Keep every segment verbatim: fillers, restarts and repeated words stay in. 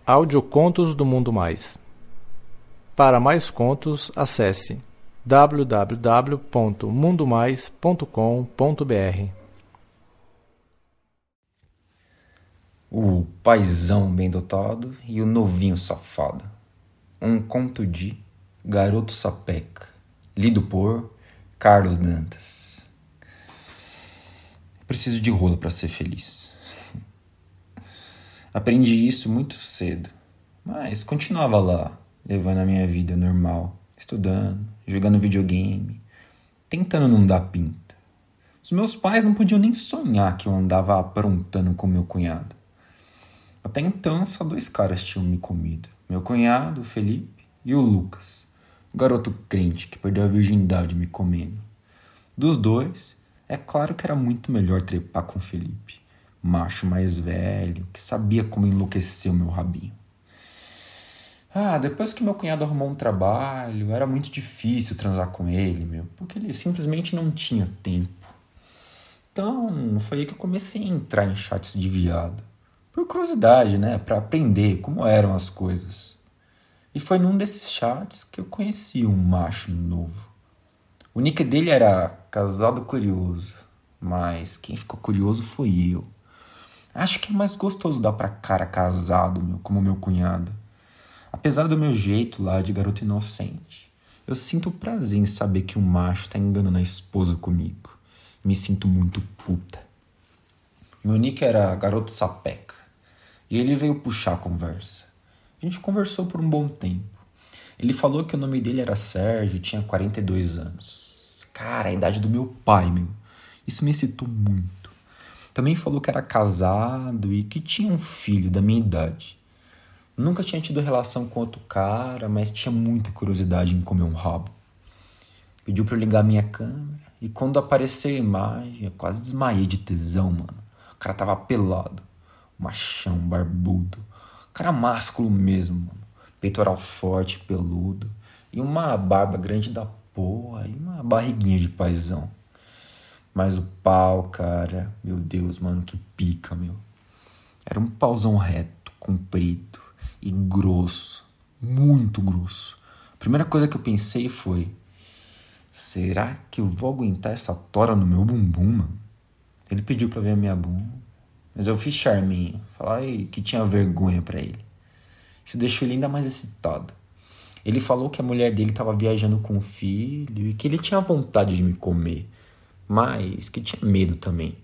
Audiocontos do Mundo Mais. Para mais contos, acesse w w w ponto mundo mais ponto com ponto b r. O paizão bem dotado e o novinho safado. Um conto de Garoto Sapeca, lido por Carlos Dantas. Preciso de rola para ser feliz. Aprendi isso muito cedo, mas continuava lá, levando a minha vida normal, estudando, jogando videogame, tentando não dar pinta. Os meus pais não podiam nem sonhar que eu andava aprontando com meu cunhado. Até então, só dois caras tinham me comido. Meu cunhado, o Felipe, e o Lucas, o garoto crente que perdeu a virgindade me comendo. Dos dois, é claro que era muito melhor trepar com o Felipe, macho mais velho, que sabia como enlouquecer o meu rabinho. Ah, depois que meu cunhado arrumou um trabalho, era muito difícil transar com ele, meu, porque ele simplesmente não tinha tempo. Então, foi aí que eu comecei a entrar em chats de viado. Por curiosidade, né? Pra aprender como eram as coisas. E foi num desses chats que eu conheci um macho novo. O nick dele era Casado Curioso, mas quem ficou curioso foi eu. Acho que é mais gostoso dar pra cara casado, meu, como meu cunhado. Apesar do meu jeito lá de garoto inocente, eu sinto prazer em saber que um macho tá enganando a esposa comigo. Me sinto muito puta. Meu nick era Garoto Sapeca. E ele veio puxar a conversa. A gente conversou por um bom tempo. Ele falou que o nome dele era Sérgio e tinha quarenta e dois anos. Cara, a idade do meu pai, meu. Isso me excitou muito. Também falou que era casado e que tinha um filho da minha idade. Nunca tinha tido relação com outro cara, mas tinha muita curiosidade em comer um rabo. Pediu pra eu ligar minha câmera e quando apareceu a imagem, eu quase desmaiei de tesão, mano. O cara tava pelado. Machão, barbudo. Cara másculo mesmo, mano. Peitoral forte, peludo. E uma barba grande da porra. E uma barriguinha de paizão. Mas o pau, cara... Meu Deus, mano, que pica, meu. Era um pauzão reto, comprido e grosso. Muito grosso. A primeira coisa que eu pensei foi... Será que eu vou aguentar essa tora no meu bumbum, mano? Ele pediu pra ver a minha bunda. Mas eu fiz charminho. Falei que tinha vergonha pra ele. Isso deixou ele ainda mais excitado. Ele falou que a mulher dele estava viajando com o filho e que ele tinha vontade de me comer. Mas que tinha medo também.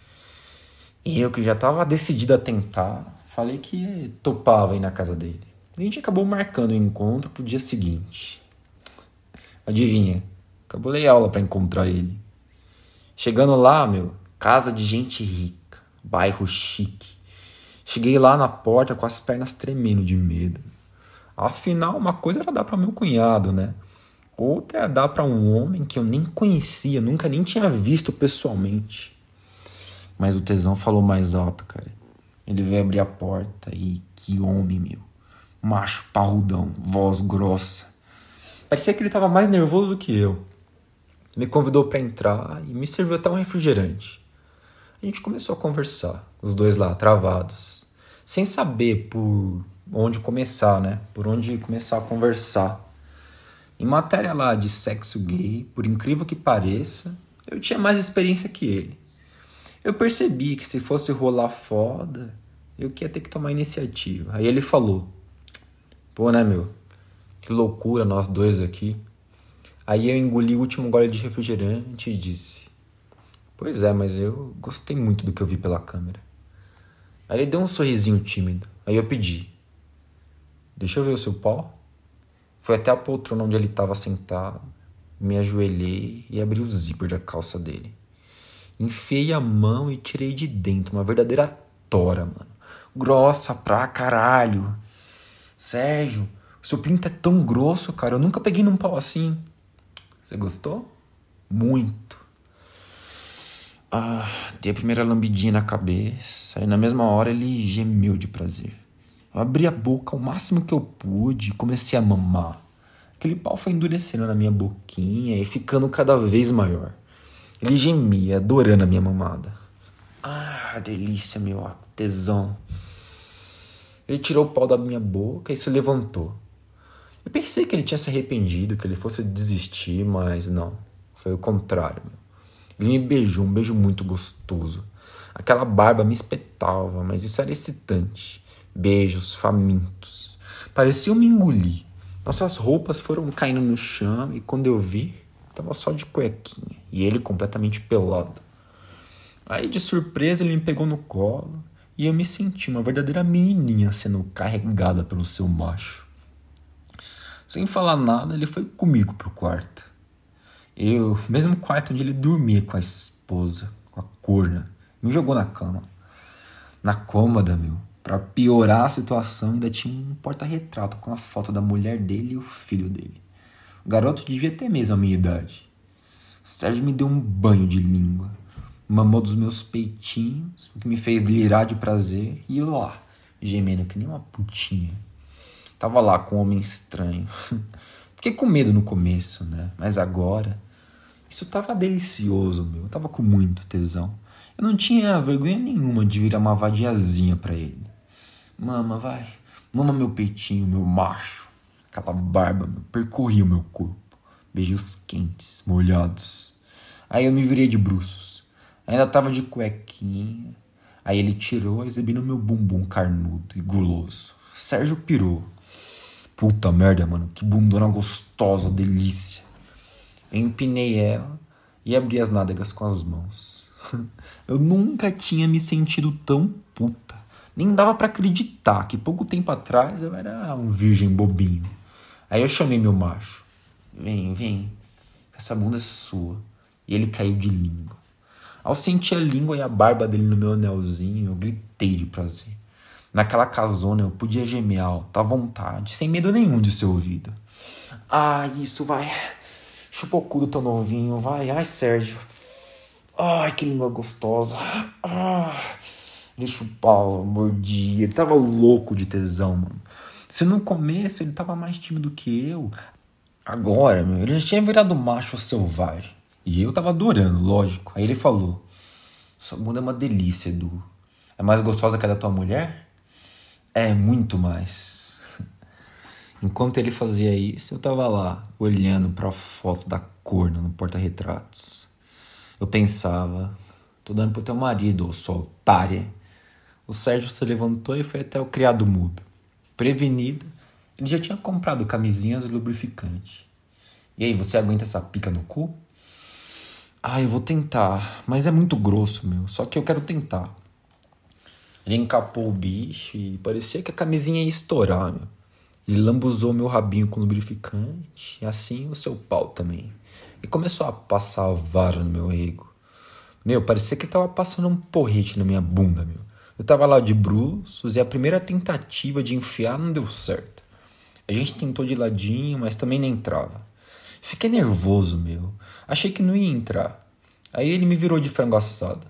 E eu que já estava decidido a tentar, falei que topava ir na casa dele. A gente acabou marcando o encontro pro dia seguinte. Adivinha? Acabulei aula pra encontrar ele. Chegando lá, meu, casa de gente rica. Bairro chique. Cheguei lá na porta com as pernas tremendo de medo. Afinal, uma coisa era dar para meu cunhado, né? Outra era dar para um homem que eu nem conhecia, nunca nem tinha visto pessoalmente. Mas o tesão falou mais alto, cara. Ele veio abrir a porta e que homem, meu. Macho parrudão, voz grossa. Parecia que ele tava mais nervoso que eu. Me convidou para entrar e me serviu até um refrigerante. A gente começou a conversar, os dois lá, travados, sem saber por onde começar, né? Por onde começar a conversar. Em matéria lá de sexo gay, por incrível que pareça, eu tinha mais experiência que ele. Eu percebi que se fosse rolar foda, eu que ia ter que tomar iniciativa. Aí ele falou, pô, né, meu? Que loucura nós dois aqui. Aí eu engoli o último gole de refrigerante e disse... Pois é, mas eu gostei muito do que eu vi pela câmera. Aí ele deu um sorrisinho tímido. Aí eu pedi. Deixa eu ver o seu pau. Fui até a poltrona onde ele estava sentado. Me ajoelhei e abri o zíper da calça dele. Enfiei a mão e tirei de dentro uma verdadeira tora, mano. Grossa pra caralho. Sérgio, o seu pinto é tão grosso, cara. Eu nunca peguei num pau assim. Você gostou? Muito. Ah, dei a primeira lambidinha na cabeça e na mesma hora ele gemeu de prazer. Eu abri a boca o máximo que eu pude e comecei a mamar. Aquele pau foi endurecendo na minha boquinha e ficando cada vez maior. Ele gemia, adorando a minha mamada. Ah, delícia, meu tesão. Ele tirou o pau da minha boca e se levantou. Eu pensei que ele tinha se arrependido, que ele fosse desistir, mas não. Foi o contrário, meu. Ele me beijou, um beijo muito gostoso. Aquela barba me espetava, mas isso era excitante. Beijos famintos. Pareciam me engolir. Nossas roupas foram caindo no chão e quando eu vi, tava só de cuequinha. E ele completamente pelado. Aí, de surpresa, ele me pegou no colo e eu me senti uma verdadeira menininha sendo carregada pelo seu macho. Sem falar nada, ele foi comigo pro quarto. Eu, mesmo quarto onde ele dormia com a esposa, com a corna, me jogou na cama. Na cômoda, meu, pra piorar a situação, ainda tinha um porta-retrato com a foto da mulher dele e o filho dele. O garoto devia ter mesmo a minha idade. O Sérgio me deu um banho de língua. Mamou dos meus peitinhos, o que me fez delirar de prazer, e eu lá, gemendo que nem uma putinha. Tava lá com um homem estranho. Fiquei com medo no começo, né? Mas agora, isso tava delicioso, meu. Eu tava com muito tesão. Eu não tinha vergonha nenhuma de virar uma vadiazinha pra ele. Mama, vai. Mama meu peitinho, meu macho. Aquela barba, meu, percorria o meu corpo. Beijos quentes, molhados. Aí eu me virei de bruços. Ainda tava de cuequinha. Aí ele tirou, exibindo meu bumbum carnudo e guloso. Sérgio pirou. Puta merda, mano. Que bundona gostosa, delícia. Eu empinei ela e abri as nádegas com as mãos. Eu nunca tinha me sentido tão puta. Nem dava pra acreditar que pouco tempo atrás eu era um virgem bobinho. Aí eu chamei meu macho. Vem, vem. Essa bunda é sua. E ele caiu de língua. Ao sentir a língua e a barba dele no meu anelzinho, eu gritei de prazer. Naquela casona eu podia gemer alto, à vontade, sem medo nenhum de ser ouvido. Ah, isso, vai. Chupa o cu do teu novinho, vai. Ai, Sérgio. Ai, que língua gostosa. Ah, ele chupava, mordia. Ele tava louco de tesão, mano. Se no começo ele tava mais tímido que eu, agora, meu, ele já tinha virado macho selvagem. E eu tava adorando, lógico. Aí ele falou: sua bunda é uma delícia, Edu. É mais gostosa que a da tua mulher? É, muito mais. Enquanto ele fazia isso, eu tava lá, olhando pra foto da corna no porta-retratos. Eu pensava: tô dando pro teu marido, ô sua otária. O Sérgio se levantou e foi até o criado mudo. Prevenido, ele já tinha comprado camisinhas e lubrificante. E aí, você aguenta essa pica no cu? Ah, eu vou tentar, mas é muito grosso, meu. Só que eu quero tentar. Ele encapou o bicho e parecia que a camisinha ia estourar, meu. Ele lambuzou meu rabinho com lubrificante e assim o seu pau também. E começou a passar a vara no meu rego. Meu, parecia que ele tava passando um porrete na minha bunda, meu. Eu tava lá de bruços e a primeira tentativa de enfiar não deu certo. A gente tentou de ladinho, mas também nem entrava. Fiquei nervoso, meu. Achei que não ia entrar. Aí ele me virou de frango assado.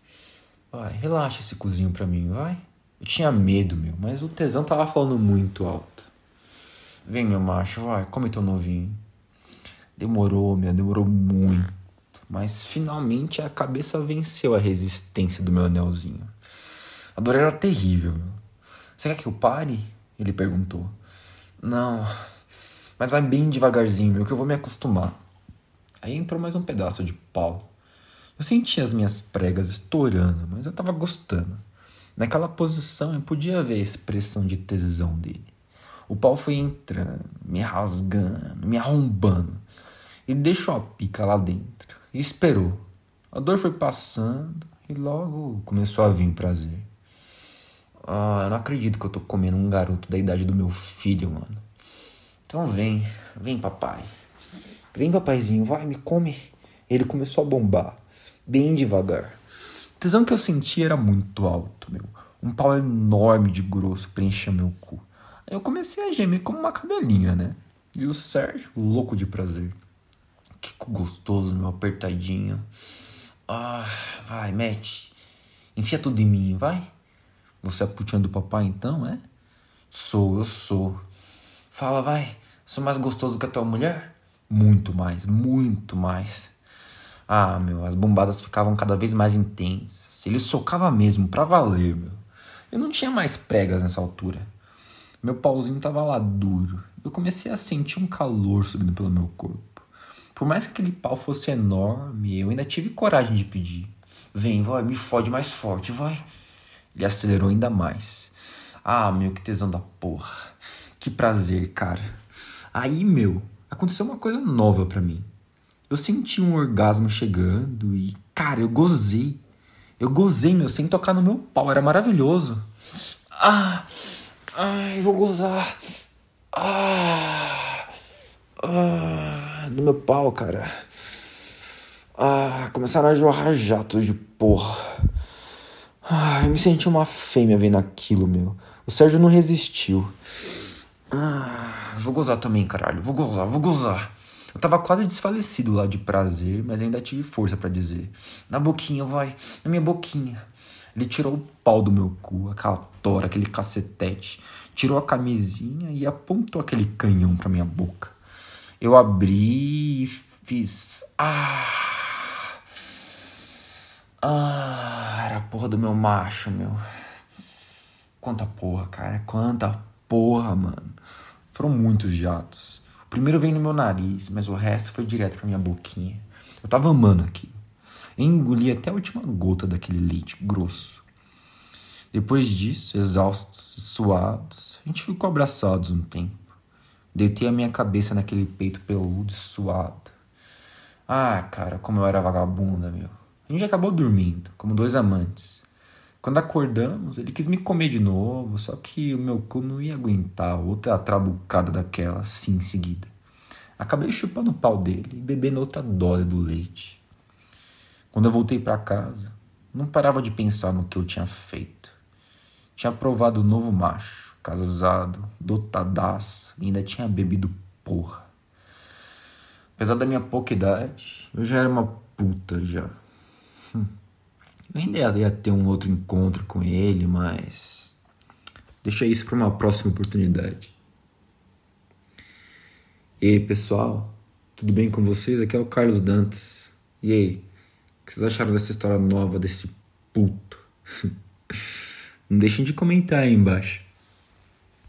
Vai, relaxa esse cozinho pra mim, vai. Eu tinha medo, meu, mas o tesão tava falando muito alto. Vem, meu macho, vai, come teu novinho. Demorou, meu, demorou muito. Mas finalmente a cabeça venceu a resistência do meu anelzinho. A dor era terrível, meu. Você quer que eu pare? Ele perguntou. Não, mas vai bem devagarzinho, meu, que eu vou me acostumar. Aí entrou mais um pedaço de pau. Eu sentia as minhas pregas estourando, mas eu tava gostando. Naquela posição eu podia ver a expressão de tesão dele. O pau foi entrando, me rasgando, me arrombando. Ele deixou a pica lá dentro e esperou. A dor foi passando e logo começou a vir o prazer. Ah, eu não acredito que eu tô comendo um garoto da idade do meu filho, mano. Então vem, vem papai. Vem papaizinho, vai, me come. Ele começou a bombar, bem devagar. O tesão que eu senti era muito alto, meu. Um pau enorme de grosso preenchia meu cu. Aí eu comecei a gemer como uma cadelinha, né? E o Sérgio, louco de prazer. Que cu gostoso, meu, apertadinho. Ah, vai, mete. Enfia tudo em mim, vai. Você é a putinha do papai então, é? Sou, eu sou. Fala, vai. Sou mais gostoso que a tua mulher? Muito mais, muito mais. Ah, meu, as bombadas ficavam cada vez mais intensas. Ele socava mesmo, pra valer, meu. Eu não tinha mais pregas nessa altura. Meu pauzinho tava lá duro. Eu comecei a sentir um calor subindo pelo meu corpo. Por mais que aquele pau fosse enorme, eu ainda tive coragem de pedir. Vem, vai, me fode mais forte, vai. Ele acelerou ainda mais. Ah, meu, que tesão da porra. Que prazer, cara. Aí, meu, aconteceu uma coisa nova pra mim. Eu senti um orgasmo chegando e, cara, eu gozei. Eu gozei, meu, sem tocar no meu pau. Era maravilhoso. Ah, ai, vou gozar. Ah, ah, no meu pau, cara. Ah, começaram a jorrar jatos de porra. Ah, eu me senti uma fêmea vendo aquilo, meu. O Sérgio não resistiu. Ah, vou gozar também, caralho. Vou gozar, vou gozar. Eu tava quase desfalecido lá de prazer, mas ainda tive força pra dizer. Na boquinha, vai. Na minha boquinha. Ele tirou o pau do meu cu, aquela tora, aquele cacetete. Tirou a camisinha e apontou aquele canhão pra minha boca. Eu abri e fiz... Ah... Ah... Era a porra do meu macho, meu. Quanta porra, cara. Quanta porra, mano. Foram muitos jatos. O primeiro veio no meu nariz, mas o resto foi direto pra minha boquinha. Eu tava amando aquilo. Eu engoli até a última gota daquele leite grosso. Depois disso, exaustos e suados, a gente ficou abraçados um tempo. Deitei a minha cabeça naquele peito peludo e suado. Ah, cara, como eu era vagabunda, meu. A gente acabou dormindo, como dois amantes. Quando acordamos, ele quis me comer de novo, só que o meu cu não ia aguentar outra trabucada daquela assim em seguida. Acabei chupando o pau dele e bebendo outra dose do leite. Quando eu voltei pra casa, não parava de pensar no que eu tinha feito. Tinha provado o novo macho, casado, dotadaço, e ainda tinha bebido porra. Apesar da minha pouca idade, eu já era uma puta já. Hum. Eu ainda ia ter um outro encontro com ele, mas... deixa isso para uma próxima oportunidade. E aí, pessoal? Tudo bem com vocês? Aqui é o Carlos Dantas. E aí? O que vocês acharam dessa história nova desse puto? Não deixem de comentar aí embaixo.